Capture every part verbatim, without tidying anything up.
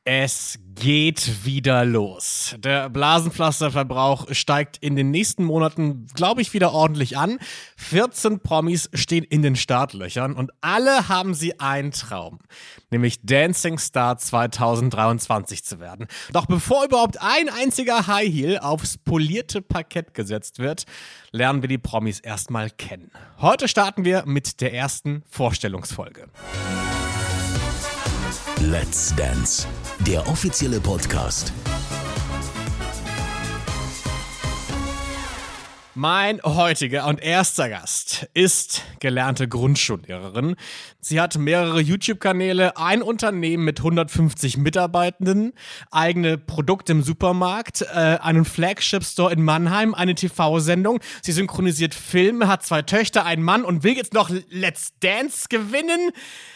Es geht wieder los. Der Blasenpflasterverbrauch steigt in den nächsten Monaten, glaube ich, wieder ordentlich an. vierzehn Promis stehen in den Startlöchern und alle haben sie einen Traum, nämlich Dancing Star zwanzig dreiundzwanzig zu werden. Doch bevor überhaupt ein einziger High Heel aufs polierte Parkett gesetzt wird, lernen wir die Promis erstmal kennen. Heute starten wir mit der ersten Vorstellungsfolge. Let's Dance, der offizielle Podcast. Mein heutiger und erster Gast ist gelernte Grundschullehrerin. Sie hat mehrere YouTube-Kanäle, ein Unternehmen mit hundertfünfzig Mitarbeitenden, eigene Produkte im Supermarkt, äh, einen Flagship-Store in Mannheim, eine T V-Sendung. Sie synchronisiert Filme, hat zwei Töchter, einen Mann und will jetzt noch Let's Dance gewinnen.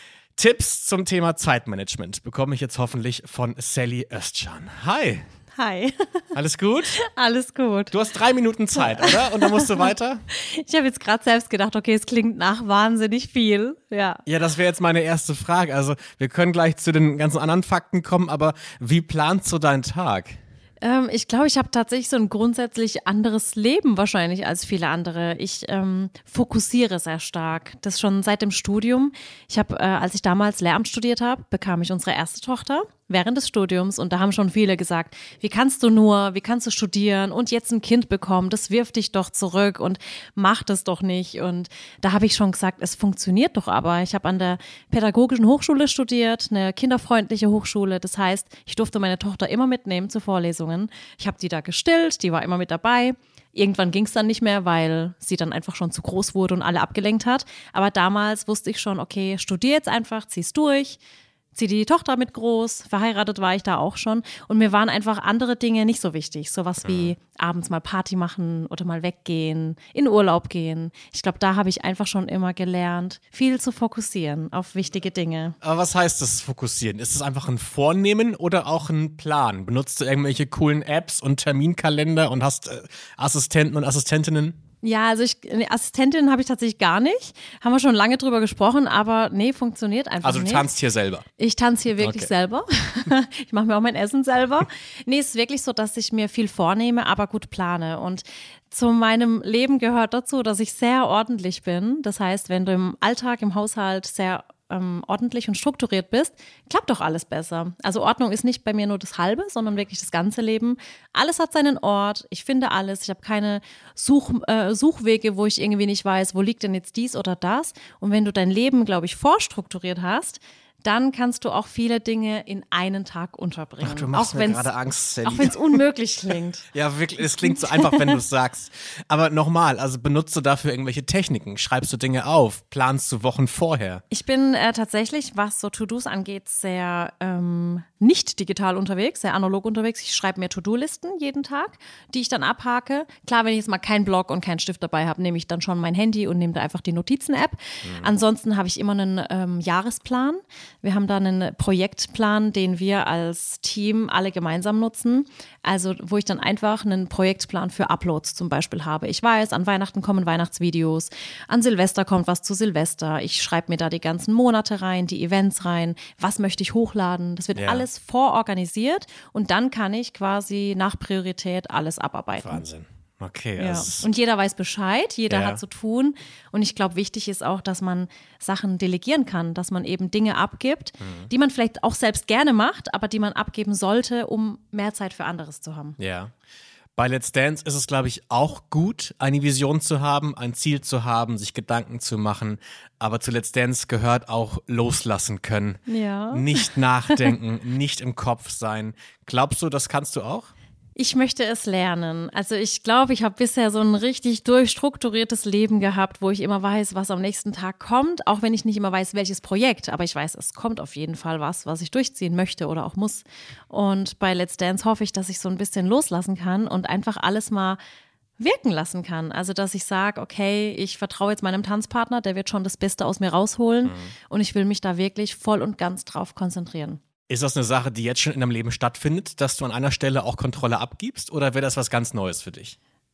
Tipps zum Thema Zeitmanagement bekomme ich jetzt hoffentlich von Sally Özcan. Hi. Hi. Alles gut? Alles gut. Du hast drei Minuten Zeit, oder? Und dann musst du weiter? Ich habe jetzt gerade selbst gedacht, okay, es klingt nach wahnsinnig viel. Ja, ja, das wäre jetzt meine erste Frage. Also wir können gleich zu den ganzen anderen Fakten kommen, aber wie planst du deinen Tag? Ähm, ich glaube, ich habe tatsächlich so ein grundsätzlich anderes Leben wahrscheinlich als viele andere. Ich ähm, fokussiere sehr stark. Das schon seit dem Studium. Ich habe, äh, als ich damals Lehramt studiert habe, bekam ich unsere erste Tochter während des Studiums und da haben schon viele gesagt, wie kannst du nur, wie kannst du studieren und jetzt ein Kind bekommen, das wirft dich doch zurück und mach das doch nicht. Und da habe ich schon gesagt, es funktioniert doch aber. Ich habe an der Pädagogischen Hochschule studiert, eine kinderfreundliche Hochschule. Das heißt, ich durfte meine Tochter immer mitnehmen zu Vorlesungen. Ich habe die da gestillt, die war immer mit dabei. Irgendwann ging es dann nicht mehr, weil sie dann einfach schon zu groß wurde und alle abgelenkt hat. Aber damals wusste ich schon, okay, studier jetzt einfach, zieh's durch. Zieh die Tochter mit groß, verheiratet war ich da auch schon und mir waren einfach andere Dinge nicht so wichtig, sowas wie mhm. abends mal Party machen oder mal weggehen, in Urlaub gehen. Ich glaube, da habe ich einfach schon immer gelernt, viel zu fokussieren auf wichtige Dinge. Aber was heißt das Fokussieren? Ist es einfach ein Vornehmen oder auch ein Plan? Benutzt du irgendwelche coolen Apps und Terminkalender und hast äh, Assistenten und Assistentinnen? Ja, also ich, eine Assistentin habe ich tatsächlich gar nicht. Haben wir schon lange drüber gesprochen, aber nee, funktioniert einfach nicht. Also du nicht. tanzt hier selber? Ich tanze hier wirklich okay. selber. Ich mache mir auch mein Essen selber. Nee, es ist wirklich so, dass ich mir viel vornehme, aber gut plane. Und zu meinem Leben gehört dazu, dass ich sehr ordentlich bin. Das heißt, wenn du im Alltag, im Haushalt sehr ähm, ordentlich und strukturiert bist, klappt doch alles besser. Also Ordnung ist nicht bei mir nur das Halbe, sondern wirklich das ganze Leben. Alles hat seinen Ort, ich finde alles, ich habe keine Such, äh, Suchwege, wo ich irgendwie nicht weiß, wo liegt denn jetzt dies oder das. Und wenn du dein Leben, glaube ich, vorstrukturiert hast, dann kannst du auch viele Dinge in einen Tag unterbringen. Ach, du machst auch mir gerade Angst, Sally. Auch wenn es unmöglich klingt. Ja, wirklich, es klingt so einfach, wenn du es sagst. Aber nochmal, also benutzt du dafür irgendwelche Techniken? Schreibst du Dinge auf? Planst du Wochen vorher? Ich bin äh, tatsächlich, was so To-Dos angeht, sehr ähm, nicht digital unterwegs, sehr analog unterwegs. Ich schreibe mir To-Do-Listen jeden Tag, die ich dann abhake. Klar, wenn ich jetzt mal keinen Block und keinen Stift dabei habe, nehme ich dann schon mein Handy und nehme da einfach die Notizen-App. Mhm. Ansonsten habe ich immer einen ähm, Jahresplan. Wir haben da einen Projektplan, den wir als Team alle gemeinsam nutzen. Also wo ich dann einfach einen Projektplan für Uploads zum Beispiel habe. Ich weiß, an Weihnachten kommen Weihnachtsvideos, an Silvester kommt was zu Silvester. Ich schreibe mir da die ganzen Monate rein, die Events rein, was möchte ich hochladen. Das wird ja alles vororganisiert und dann kann ich quasi nach Priorität alles abarbeiten. Wahnsinn. Okay. Ja. Also und jeder weiß Bescheid, jeder ja. hat zu tun und ich glaube, wichtig ist auch, dass man Sachen delegieren kann, dass man eben Dinge abgibt, mhm. die man vielleicht auch selbst gerne macht, aber die man abgeben sollte, um mehr Zeit für anderes zu haben. Ja. Bei Let's Dance ist es, glaube ich, auch gut, eine Vision zu haben, ein Ziel zu haben, sich Gedanken zu machen. Aber zu Let's Dance gehört auch loslassen können. Ja. Nicht nachdenken, nicht im Kopf sein. Glaubst du, das kannst du auch? Ich möchte es lernen. Also ich glaube, ich habe bisher so ein richtig durchstrukturiertes Leben gehabt, wo ich immer weiß, was am nächsten Tag kommt, auch wenn ich nicht immer weiß, welches Projekt, aber ich weiß, es kommt auf jeden Fall was, was ich durchziehen möchte oder auch muss. Und bei Let's Dance hoffe ich, dass ich so ein bisschen loslassen kann und einfach alles mal wirken lassen kann. Also dass ich sage, okay, ich vertraue jetzt meinem Tanzpartner, der wird schon das Beste aus mir rausholen mhm. und ich will mich da wirklich voll und ganz drauf konzentrieren. Ist das eine Sache, die jetzt schon in deinem Leben stattfindet, dass du an einer Stelle auch Kontrolle abgibst oder wäre das was ganz Neues für dich?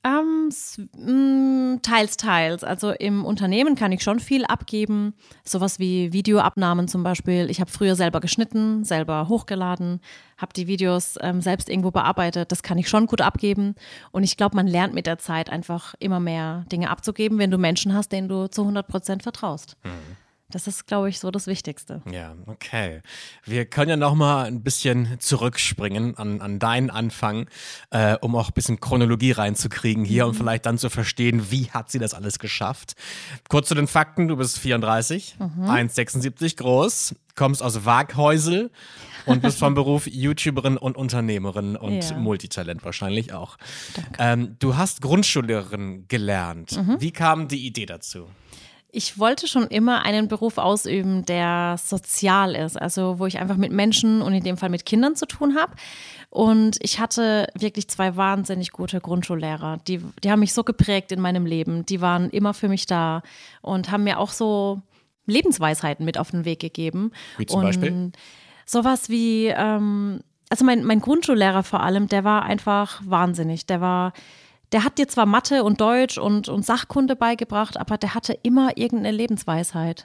Ähm, s- mh, teils, teils. Also im Unternehmen kann ich schon viel abgeben. Sowas wie Videoabnahmen zum Beispiel. Ich habe früher selber geschnitten, selber hochgeladen, habe die Videos ähm, selbst irgendwo bearbeitet. Das kann ich schon gut abgeben. Und ich glaube, man lernt mit der Zeit einfach immer mehr Dinge abzugeben, wenn du Menschen hast, denen du zu hundert Prozent vertraust. Mhm. Das ist, glaube ich, so das Wichtigste. Ja, okay. Wir können ja noch mal ein bisschen zurückspringen an, an deinen Anfang, äh, um auch ein bisschen Chronologie reinzukriegen hier mhm. und vielleicht dann zu verstehen, wie hat sie das alles geschafft. Kurz zu den Fakten, du bist vierunddreißig, mhm. eins Komma sechsundsiebzig groß, kommst aus Waaghäusel und bist vom Beruf YouTuberin und Unternehmerin und ja. Multitalent wahrscheinlich auch. Ähm, du hast Grundschullehrerin gelernt. Mhm. Wie kam die Idee dazu? Ich wollte schon immer einen Beruf ausüben, der sozial ist, also wo ich einfach mit Menschen und in dem Fall mit Kindern zu tun habe. Und ich hatte wirklich zwei wahnsinnig gute Grundschullehrer, die, die haben mich so geprägt in meinem Leben, die waren immer für mich da und haben mir auch so Lebensweisheiten mit auf den Weg gegeben. Wie zum und Beispiel? Sowas wie, ähm, also mein, mein Grundschullehrer vor allem, der war einfach wahnsinnig, der war Der hat dir zwar Mathe und Deutsch und, und Sachkunde beigebracht, aber der hatte immer irgendeine Lebensweisheit.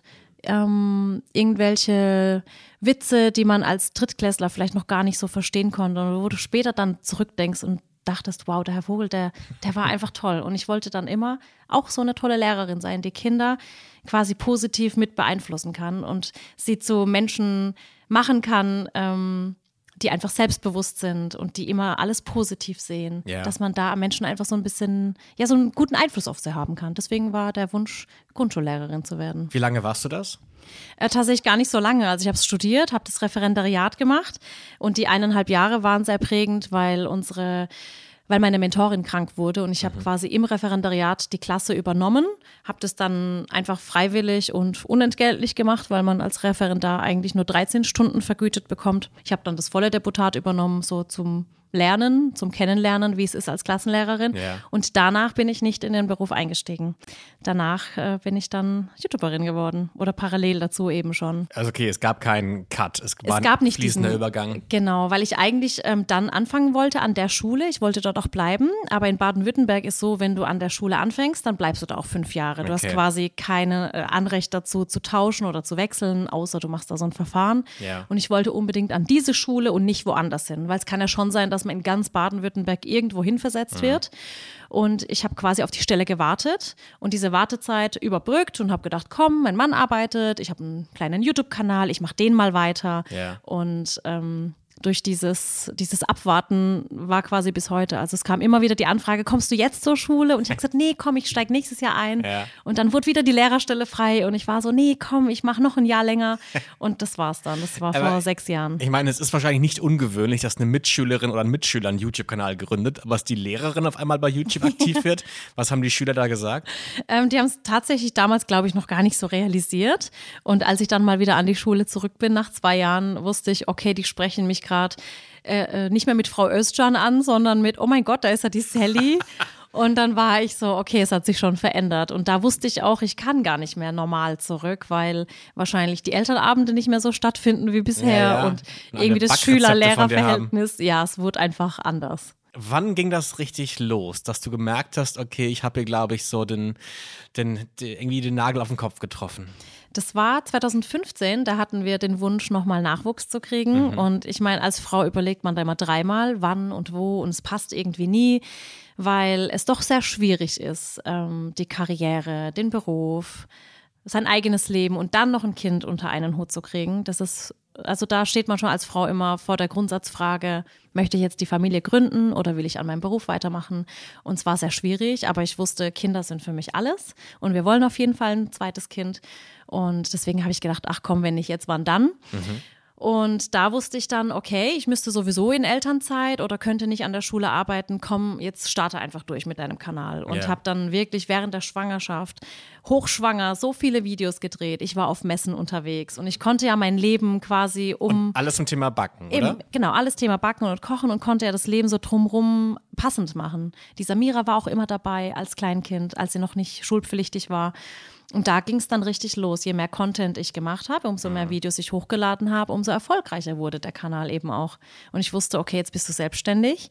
Ähm, irgendwelche Witze, die man als Drittklässler vielleicht noch gar nicht so verstehen konnte. Und wo du später dann zurückdenkst und dachtest, wow, der Herr Vogel, der, der war einfach toll. Und ich wollte dann immer auch so eine tolle Lehrerin sein, die Kinder quasi positiv mit beeinflussen kann und sie zu Menschen machen kann, ähm, die einfach selbstbewusst sind und die immer alles positiv sehen, ja. dass man da am Menschen einfach so ein bisschen, ja, so einen guten Einfluss auf sie haben kann. Deswegen war der Wunsch, Grundschullehrerin zu werden. Wie lange warst du das? Äh, tatsächlich gar nicht so lange. Also ich habe es studiert, habe das Referendariat gemacht und die eineinhalb Jahre waren sehr prägend, weil unsere weil meine Mentorin krank wurde und ich habe mhm. quasi im Referendariat die Klasse übernommen, habe das dann einfach freiwillig und unentgeltlich gemacht, weil man als Referendar eigentlich nur dreizehn Stunden vergütet bekommt. Ich habe dann das volle Deputat übernommen, so zum Lernen, zum Kennenlernen, wie es ist als Klassenlehrerin. Ja. Und danach bin ich nicht in den Beruf eingestiegen. Danach äh, bin ich dann YouTuberin geworden oder parallel dazu eben schon. Also okay, es gab keinen Cut, es war es gab nicht ein fließender diesen, Übergang. Genau, weil ich eigentlich ähm, dann anfangen wollte an der Schule. Ich wollte dort auch bleiben, aber in Baden-Württemberg ist so, wenn du an der Schule anfängst, dann bleibst du da auch fünf Jahre. Du Okay. hast quasi keine äh, Anrecht dazu zu tauschen oder zu wechseln, außer du machst da so ein Verfahren. Ja. Und ich wollte unbedingt an diese Schule und nicht woanders hin, weil es kann ja schon sein, dass man in ganz Baden-Württemberg irgendwo hin versetzt mhm. wird. Und ich habe quasi auf die Stelle gewartet und diese Wartezeit überbrückt und habe gedacht, komm, mein Mann arbeitet, ich habe einen kleinen YouTube-Kanal, ich mache den mal weiter. Ja. Und ähm, durch dieses, dieses Abwarten war quasi bis heute. Also es kam immer wieder die Anfrage, kommst du jetzt zur Schule? Und ich habe gesagt, nee, komm, ich steige nächstes Jahr ein. Ja. Und dann wurde wieder die Lehrerstelle frei und ich war so, nee, komm, ich mache noch ein Jahr länger. Und das war's dann. Das war aber vor sechs Jahren. Ich meine, es ist wahrscheinlich nicht ungewöhnlich, dass eine Mitschülerin oder ein Mitschüler einen YouTube-Kanal gründet, aber dass die Lehrerin auf einmal bei YouTube aktiv wird. Was haben die Schüler da gesagt? Ähm, die haben es tatsächlich damals, glaube ich, noch gar nicht so realisiert. Und als ich dann mal wieder an die Schule zurück bin, nach zwei Jahren, wusste ich, okay, die sprechen mich gerade äh, nicht mehr mit Frau Özcan an, sondern mit, oh mein Gott, da ist ja die Sally. Und dann war ich so, okay, es hat sich schon verändert. Und da wusste ich auch, ich kann gar nicht mehr normal zurück, weil wahrscheinlich die Elternabende nicht mehr so stattfinden wie bisher. Ja, ja. Und Eine irgendwie das Backrezepte von dir Schüler-Lehrer-Verhältnis, ja, es wurde einfach anders. Wann ging das richtig los, dass du gemerkt hast, okay, ich habe hier, glaube ich, so den, den, den, irgendwie den Nagel auf den Kopf getroffen? Das war zwanzig fünfzehn, da hatten wir den Wunsch, nochmal Nachwuchs zu kriegen. Mhm. Und ich meine, als Frau überlegt man da immer dreimal, wann und wo. Und es passt irgendwie nie, weil es doch sehr schwierig ist, ähm, die Karriere, den Beruf, sein eigenes Leben und dann noch ein Kind unter einen Hut zu kriegen. Das ist, also da steht man schon als Frau immer vor der Grundsatzfrage, möchte ich jetzt die Familie gründen oder will ich an meinem Beruf weitermachen? Und es war sehr schwierig, aber ich wusste, Kinder sind für mich alles und wir wollen auf jeden Fall ein zweites Kind. Und deswegen habe ich gedacht, ach komm, wenn nicht jetzt, wann dann? Mhm. Und da wusste ich dann, okay, ich müsste sowieso in Elternzeit oder könnte nicht an der Schule arbeiten, komm, jetzt starte einfach durch mit deinem Kanal. Und ja. habe dann wirklich während der Schwangerschaft, hochschwanger, so viele Videos gedreht. Ich war auf Messen unterwegs und ich konnte ja mein Leben quasi um… Und alles zum Thema Backen, eben, oder? Genau, alles Thema Backen und Kochen und konnte ja das Leben so drumrum passend machen. Die Samira war auch immer dabei als Kleinkind, als sie noch nicht schulpflichtig war. Und da ging es dann richtig los. Je mehr Content ich gemacht habe, umso mehr Videos ich hochgeladen habe, umso erfolgreicher wurde der Kanal eben auch. Und ich wusste, okay, jetzt bist du selbstständig,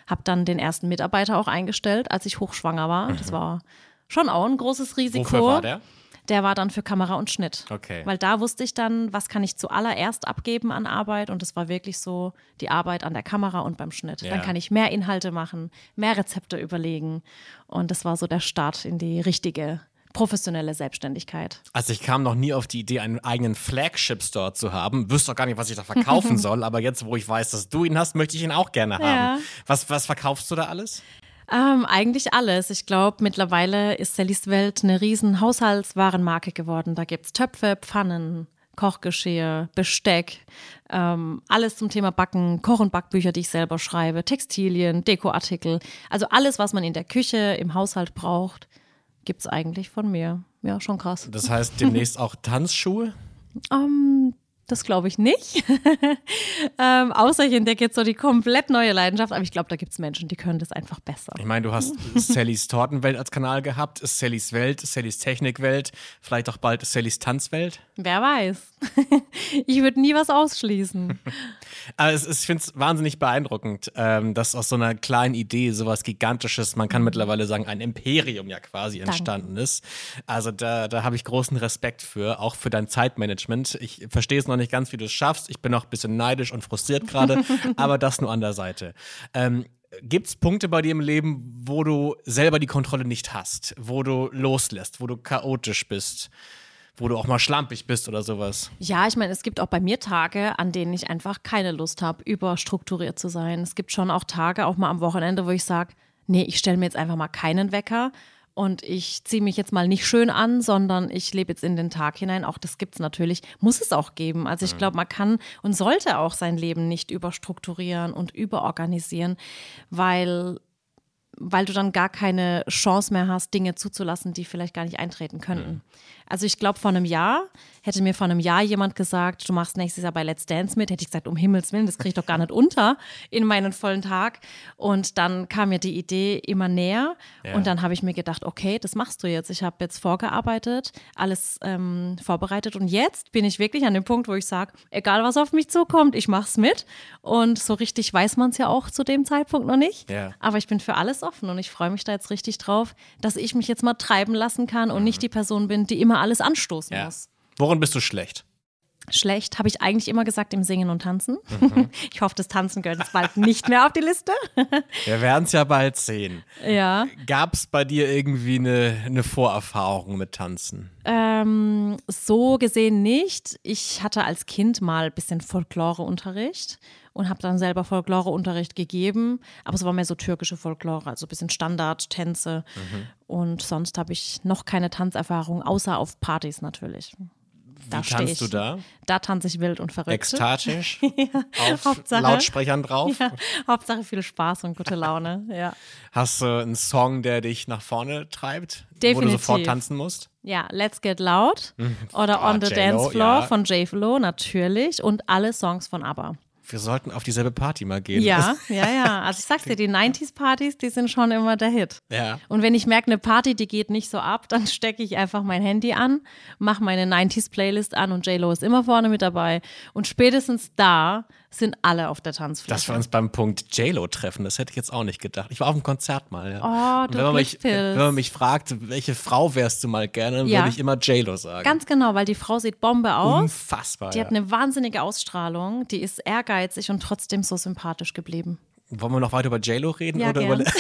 habe dann den ersten Mitarbeiter auch eingestellt, als ich hochschwanger war. Das war schon auch ein großes Risiko. Wofür war der? Der war dann für Kamera und Schnitt. Okay. Weil da wusste ich dann, was kann ich zuallererst abgeben an Arbeit. Und das war wirklich so die Arbeit an der Kamera und beim Schnitt. Ja. Dann kann ich mehr Inhalte machen, mehr Rezepte überlegen. Und das war so der Start in die richtige professionelle Selbstständigkeit. Also ich kam noch nie auf die Idee, einen eigenen Flagship-Store zu haben. Wüsste auch gar nicht, was ich da verkaufen soll. Aber jetzt, wo ich weiß, dass du ihn hast, möchte ich ihn auch gerne haben. Ja. Was, was verkaufst du da alles? Ähm, eigentlich alles. Ich glaube, mittlerweile ist Sallys Welt eine riesen Haushaltswarenmarke geworden. Da gibt es Töpfe, Pfannen, Kochgeschirr, Besteck, ähm, alles zum Thema Backen, Koch- und Backbücher, die ich selber schreibe, Textilien, Dekoartikel. Also alles, was man in der Küche, im Haushalt braucht, gibt es eigentlich von mir. Ja, schon krass. Das heißt demnächst auch Tanzschuhe? Ähm, das glaube ich nicht. ähm, außer ich entdecke jetzt so die komplett neue Leidenschaft. Aber ich glaube, da gibt es Menschen, die können das einfach besser. Ich meine, du hast Sallys Tortenwelt als Kanal gehabt, Sallys Welt, Sallys Technikwelt, vielleicht auch bald Sallys Tanzwelt. Wer weiß. Ich würde nie was ausschließen. Aber es ist, ich finde es wahnsinnig beeindruckend, ähm, dass aus so einer kleinen Idee sowas Gigantisches, man kann mittlerweile sagen, ein Imperium ja quasi entstanden Danke. ist. Also da, da habe ich großen Respekt für, auch für dein Zeitmanagement. Ich verstehe es noch nicht ganz, wie du es schaffst. Ich bin noch ein bisschen neidisch und frustriert gerade, aber das nur an der Seite. Ähm, Gibt es Punkte bei dir im Leben, wo du selber die Kontrolle nicht hast, wo du loslässt, wo du chaotisch bist? Wo du auch mal schlampig bist oder sowas. Ja, ich meine, es gibt auch bei mir Tage, an denen ich einfach keine Lust habe, überstrukturiert zu sein. Es gibt schon auch Tage, auch mal am Wochenende, wo ich sage, nee, ich stelle mir jetzt einfach mal keinen Wecker und ich ziehe mich jetzt mal nicht schön an, sondern ich lebe jetzt in den Tag hinein. Auch das gibt es natürlich, muss es auch geben. Also ich glaube, man kann und sollte auch sein Leben nicht überstrukturieren und überorganisieren, weil... weil du dann gar keine Chance mehr hast, Dinge zuzulassen, die vielleicht gar nicht eintreten könnten. Also ich glaube, vor einem Jahr, hätte mir vor einem Jahr jemand gesagt, du machst nächstes Jahr bei Let's Dance mit, hätte ich gesagt, um Himmels Willen, das kriege ich doch gar nicht unter in meinen vollen Tag. Und dann kam mir die Idee immer näher Ja. und dann habe ich mir gedacht, okay, das machst du jetzt. Ich habe jetzt vorgearbeitet, alles ähm, vorbereitet und jetzt bin ich wirklich an dem Punkt, wo ich sage, egal was auf mich zukommt, ich mach's mit. Und so richtig weiß man es ja auch zu dem Zeitpunkt noch nicht. Ja. Aber ich bin für alles offen und ich freue mich da jetzt richtig drauf, dass ich mich jetzt mal treiben lassen kann und nicht die Person bin, die immer alles anstoßen Ja. muss. Worin bist du schlecht? Schlecht, habe ich eigentlich immer gesagt, im Singen und Tanzen. Mhm. Ich hoffe, das Tanzen gehört jetzt bald nicht mehr auf die Liste. Wir werden es ja bald sehen. Ja. Gab es bei dir irgendwie eine, eine Vorerfahrung mit Tanzen? Ähm, so gesehen nicht. Ich hatte als Kind mal ein bisschen Folkloreunterricht und habe dann selber Folkloreunterricht gegeben, aber es war mehr so türkische Folklore, also ein bisschen Standardtänze. Mhm. Und sonst habe ich noch keine Tanzerfahrung, außer auf Partys natürlich. Da Wie tanzt ich. du da? Da tanze ich wild und verrückt. Ekstatisch? Ja, Auf Hauptsache- Lautsprechern drauf? Ja, Hauptsache viel Spaß und gute Laune, ja. Hast du einen Song, der dich nach vorne treibt? Wo du Definitiv. sofort tanzen musst? Ja, Let's Get Loud oder Ah, On the J-Lo, Dance Floor ja. von J-Lo natürlich und alle Songs von ABBA. Wir sollten auf dieselbe Party mal gehen. Ja, ja, ja. Also ich sag's dir, die neunziger-Partys, die sind schon immer der Hit. Ja. Und wenn ich merke, eine Party, die geht nicht so ab, dann stecke ich einfach mein Handy an, mache meine neunziger-Playlist an und J-Lo ist immer vorne mit dabei. Und spätestens da sind alle auf der Tanzfläche. Dass wir uns beim Punkt J-Lo treffen, das hätte ich jetzt auch nicht gedacht. Ich war auf einem Konzert mal. Ja. Oh, Und du wenn man, mich, Glückspilz. wenn man mich fragt, welche Frau wärst du mal gerne, dann Ja. würde ich immer J-Lo sagen. Ganz genau, weil die Frau sieht Bombe aus. Unfassbar. Die Ja. hat eine wahnsinnige Ausstrahlung, die ist ehrgeizig und trotzdem so sympathisch geblieben. Wollen wir noch weiter über J-Lo reden? Ja, oder gern. über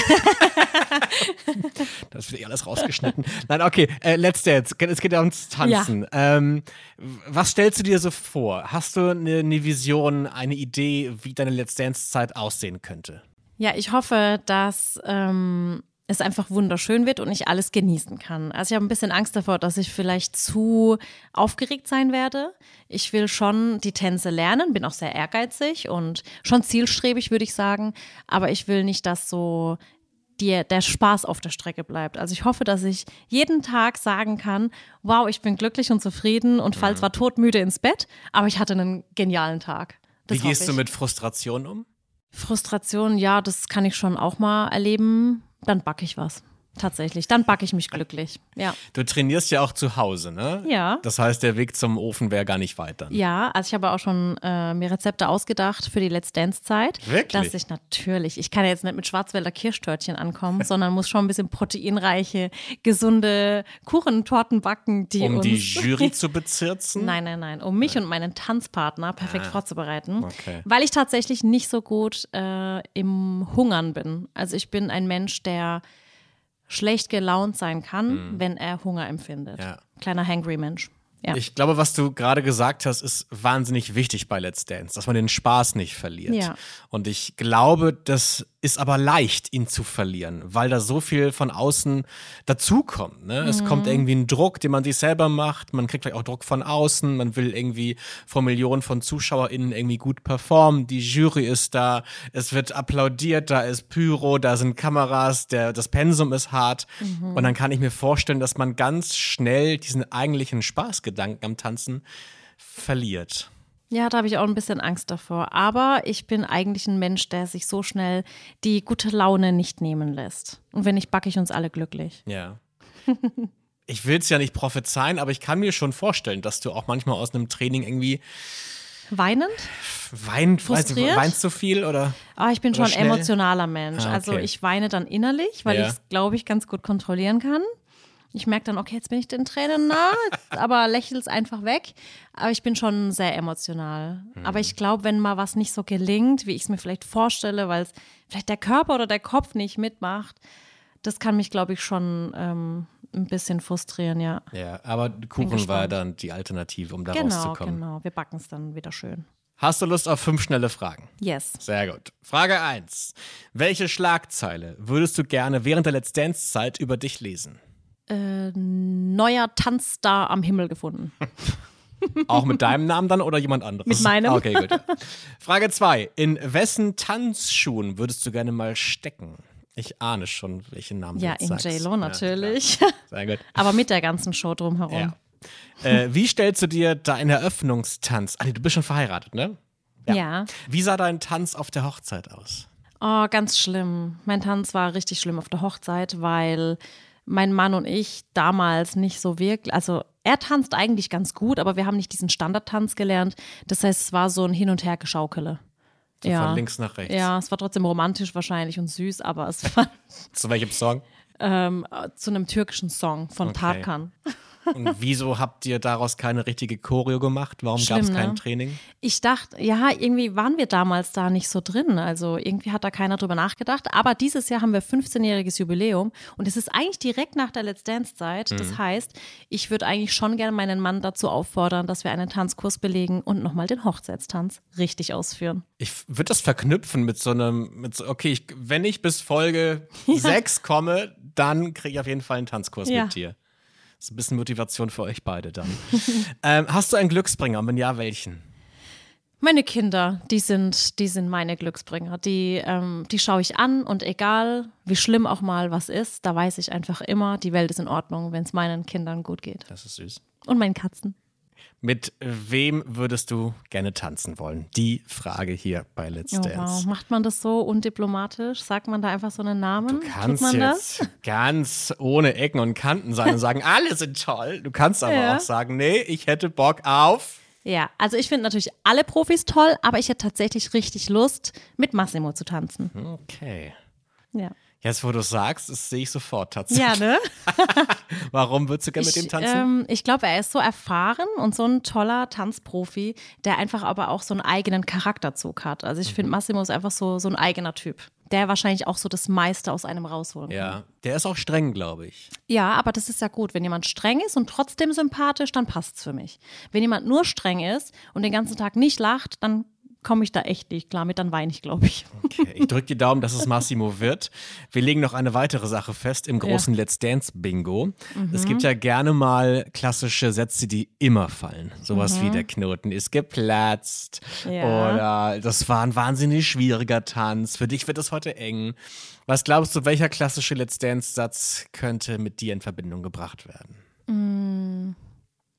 Das wird eh alles rausgeschnitten. Nein, okay, äh, Let's Dance. Es geht ja ums Tanzen. Ähm, was stellst du dir so vor? Hast du eine, eine Vision, eine Idee, wie deine Let's Dance-Zeit aussehen könnte? Ja, ich hoffe, dass ähm, es einfach wunderschön wird und ich alles genießen kann. Also ich habe ein bisschen Angst davor, dass ich vielleicht zu aufgeregt sein werde. Ich will schon die Tänze lernen, bin auch sehr ehrgeizig und schon zielstrebig, würde ich sagen. Aber ich will nicht, dass so die, der Spaß auf der Strecke bleibt. Also ich hoffe, dass ich jeden Tag sagen kann, wow, ich bin glücklich und zufrieden und fall zwar todmüde ins Bett, aber ich hatte einen genialen Tag. Das Wie gehst hoffe du ich. mit Frustration um? Frustration, ja, das kann ich schon auch mal erleben. Dann backe ich was. tatsächlich. Dann backe ich mich glücklich. Ja. Du trainierst ja auch zu Hause, ne? Ja. Das heißt, der Weg zum Ofen wäre gar nicht weit dann. Ja, also ich habe auch schon äh, mir Rezepte ausgedacht für die Let's Dance-Zeit. Wirklich? Dass ich natürlich, ich kann ja jetzt nicht mit Schwarzwälder Kirschtörtchen ankommen, sondern muss schon ein bisschen proteinreiche, gesunde Kuchentorten backen, die Um uns… die Jury zu bezirzen? Nein, nein, nein. Um mich und meinen Tanzpartner perfekt vorzubereiten. Okay. Weil ich tatsächlich nicht so gut äh, im Hungern bin. Also ich bin ein Mensch, der schlecht gelaunt sein kann, mhm. wenn er Hunger empfindet. Ja. Kleiner hangry Mensch. Ja. Ich glaube, was du gerade gesagt hast, ist wahnsinnig wichtig bei Let's Dance, dass man den Spaß nicht verliert. Ja. Und ich glaube, das ist aber leicht, ihn zu verlieren, weil da so viel von außen dazukommt. Ne? Mhm. Es kommt irgendwie ein Druck, den man sich selber macht. Man kriegt vielleicht auch Druck von außen. Man will irgendwie vor Millionen von ZuschauerInnen irgendwie gut performen. Die Jury ist da. Es wird applaudiert. Da ist Pyro, da sind Kameras. Der, das Pensum ist hart. Mhm. Und dann kann ich mir vorstellen, dass man ganz schnell diesen eigentlichen Spaßgedanken am Tanzen verliert. Ja, da habe ich auch ein bisschen Angst davor. Aber ich bin eigentlich ein Mensch, der sich so schnell die gute Laune nicht nehmen lässt. Und wenn nicht, backe ich uns alle glücklich. Ja. Ich will es ja nicht prophezeien, aber ich kann mir schon vorstellen, dass du auch manchmal aus einem Training irgendwie weinend? Weint, weißt du, weinst du viel oder? Ah, ich bin oder schon schnell? emotionaler Mensch. Ah, okay. Also ich weine dann innerlich, weil Ja. ich es, glaube ich, ganz gut kontrollieren kann. Ich merke dann, okay, jetzt bin ich den Tränen nah, aber lächel es einfach weg. Aber ich bin schon sehr emotional. Mhm. Aber ich glaube, wenn mal was nicht so gelingt, wie ich es mir vielleicht vorstelle, weil es vielleicht der Körper oder der Kopf nicht mitmacht, das kann mich, glaube ich, schon ähm, ein bisschen frustrieren, ja. Ja, aber Kuchen war dann die Alternative, um da Genau, rauszukommen. genau. Wir backen es dann wieder schön. Hast du Lust auf fünf schnelle Fragen? Yes. Sehr gut. Frage eins. Welche Schlagzeile würdest du gerne während der Let's Dance-Zeit über dich lesen? Äh, neuer Tanzstar am Himmel gefunden. Auch mit deinem Namen dann oder jemand anderes? Mit meinem. Okay, gut. Frage zwei. In wessen Tanzschuhen würdest du gerne mal stecken? Ich ahne schon, welchen Namen Ja, du jetzt in sagst. J-Lo natürlich. Ja, sehr gut. Aber mit der ganzen Show drumherum. Ja. Äh, wie stellst du dir deinen Eröffnungstanz? Ah, nee, du bist schon verheiratet, ne? Ja. Wie sah dein Tanz auf der Hochzeit aus? Oh, ganz schlimm. Mein Tanz war richtig schlimm auf der Hochzeit, weil mein Mann und ich damals nicht so wirklich, also er tanzt eigentlich ganz gut, aber wir haben nicht diesen Standardtanz gelernt. Das heißt, es war so ein Hin- und Her-Geschaukel. So ja. von links nach rechts. Ja, es war trotzdem romantisch wahrscheinlich und süß, aber es war Zu welchem Song? ähm, zu einem türkischen Song von Okay. Tarkan. Und wieso habt ihr daraus keine richtige Choreo gemacht? Warum gab es Schlimm, kein ne? Training? Ich dachte, ja, irgendwie waren wir damals da nicht so drin. Also irgendwie hat da keiner drüber nachgedacht. Aber dieses Jahr haben wir fünfzehnjähriges Jubiläum und es ist eigentlich direkt nach der Let's Dance-Zeit. Mhm. Das heißt, ich würde eigentlich schon gerne meinen Mann dazu auffordern, dass wir einen Tanzkurs belegen und nochmal den Hochzeitstanz richtig ausführen. Ich würde das verknüpfen mit so einem, mit so, okay, ich, wenn ich bis Folge sechs komme, dann kriege ich auf jeden Fall einen Tanzkurs Ja. mit dir. Das ist ein bisschen Motivation für euch beide dann. ähm, hast du einen Glücksbringer? Und wenn ja, welchen? Meine Kinder, die sind, die sind meine Glücksbringer. Die, ähm, die schaue ich an und egal, wie schlimm auch mal was ist, da weiß ich einfach immer, die Welt ist in Ordnung, wenn es meinen Kindern gut geht. Das ist süß. Und meinen Katzen. Mit wem würdest du gerne tanzen wollen? Die Frage hier bei Let's Oh, Dance. wow. Macht man das so undiplomatisch? Sagt man da einfach so einen Namen? Du kannst Tut man jetzt das? ganz ohne Ecken und Kanten sein und sagen, alle sind toll. Du kannst aber Ja. auch sagen, nee, ich hätte Bock auf. Ja, also ich finde natürlich alle Profis toll, aber ich hätte tatsächlich richtig Lust, mit Massimo zu tanzen. Okay. Ja, Jetzt, wo du es sagst, das sehe ich sofort tatsächlich. ja ne? Warum würdest du gerne mit Ich, dem tanzen? ähm, ich glaube, er ist so erfahren und so ein toller Tanzprofi, der einfach aber auch so einen eigenen Charakterzug hat. Also ich finde, Massimo ist einfach so, so ein eigener Typ, der wahrscheinlich auch so das meiste aus einem rausholen kann. Ja, der ist auch streng, glaube ich. Ja, aber das ist ja gut. Wenn jemand streng ist und trotzdem sympathisch, dann passt's für mich. Wenn jemand nur streng ist und den ganzen Tag nicht lacht, dann komme ich da echt nicht klar mit, dann weine ich, glaube ich. Okay, ich drücke die Daumen, dass es Massimo wird. Wir legen noch eine weitere Sache fest im großen Ja. Let's Dance Bingo. Es gibt ja gerne mal klassische Sätze, die immer fallen. Sowas wie der Knoten ist geplatzt Ja. oder das war ein wahnsinnig schwieriger Tanz. Für dich wird es heute eng. Was glaubst du, welcher klassische Let's Dance Satz könnte mit dir in Verbindung gebracht werden?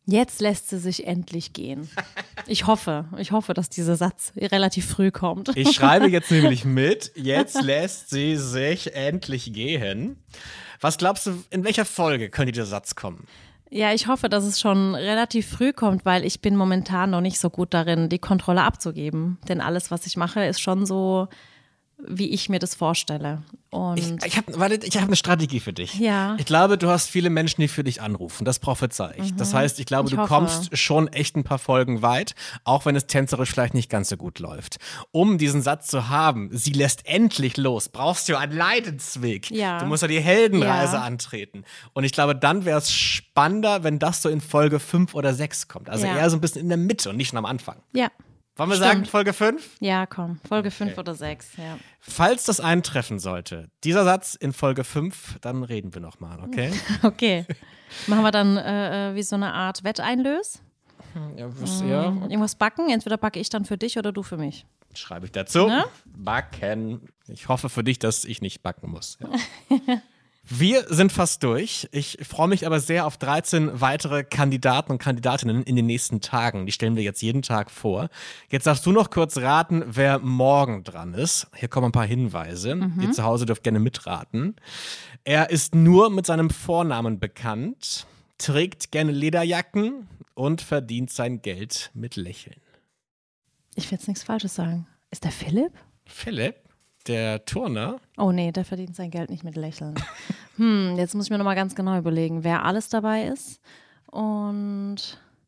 Jetzt lässt sie sich endlich gehen. Ich hoffe, ich hoffe, dass dieser Satz relativ früh kommt. Ich schreibe jetzt nämlich mit, jetzt lässt sie sich endlich gehen. Was glaubst du, in welcher Folge könnte dieser Satz kommen? Ja, ich hoffe, dass es schon relativ früh kommt, weil ich bin momentan noch nicht so gut darin, die Kontrolle abzugeben. Denn alles, was ich mache, ist schon so, wie ich mir das vorstelle. Und Ich, ich habe ich hab eine Strategie für dich. Ja. Ich glaube, du hast viele Menschen, die für dich anrufen. Das prophezei ich. Das heißt, ich glaube, Ich du hoffe. kommst schon echt ein paar Folgen weit, auch wenn es tänzerisch vielleicht nicht ganz so gut läuft. Um diesen Satz zu haben, sie lässt endlich los, brauchst du einen Leidensweg. Ja. Du musst ja die Heldenreise Ja. antreten. Und ich glaube, dann wäre es spannender, wenn das so in Folge fünf oder sechs kommt. Also Ja. eher so ein bisschen in der Mitte und nicht schon am Anfang. ja, Wollen wir Stimmt. sagen, Folge fünf? ja, komm, Folge fünf oder sechs, ja. Falls das eintreffen sollte, dieser Satz in Folge fünf, dann reden wir nochmal, okay? Okay. Machen wir dann äh, äh, wie so eine Art Wetteinlös? Ja, was, ja, Irgendwas backen? Entweder backe ich dann für dich oder du für mich. schreibe ich dazu. Ne? Backen. Ich hoffe für dich, dass ich nicht backen muss. Ja. Wir sind fast durch. Ich freue mich aber sehr auf dreizehn weitere Kandidaten und Kandidatinnen in den nächsten Tagen. Die stellen wir jetzt jeden Tag vor. Jetzt darfst du noch kurz raten, wer morgen dran ist. Hier kommen ein paar Hinweise. Mhm. Ihr zu Hause dürft gerne mitraten. Er ist nur mit seinem Vornamen bekannt, trägt gerne Lederjacken und verdient sein Geld mit Lächeln. Ich will jetzt nichts Falsches sagen. Ist der Philipp? Philipp, der Turner. Oh nee, der verdient sein Geld nicht mit Lächeln. hm, jetzt muss ich mir nochmal ganz genau überlegen, wer alles dabei ist. Und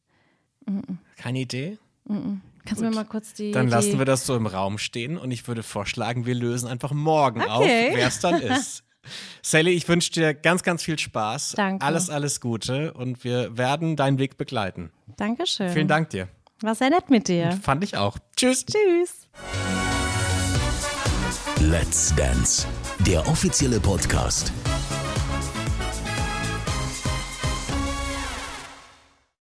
Keine Idee? kannst du mir mal kurz die. Dann die lassen wir das so im Raum stehen und ich würde vorschlagen, wir lösen einfach morgen Okay. auf, wer es dann ist. Sally, ich wünsche dir ganz, ganz viel Spaß. Danke. Alles, alles Gute und wir werden deinen Weg begleiten. Dankeschön. Vielen Dank dir. War sehr nett mit dir. Fand ich auch. Tschüss. Tschüss. Let's Dance, der offizielle Podcast.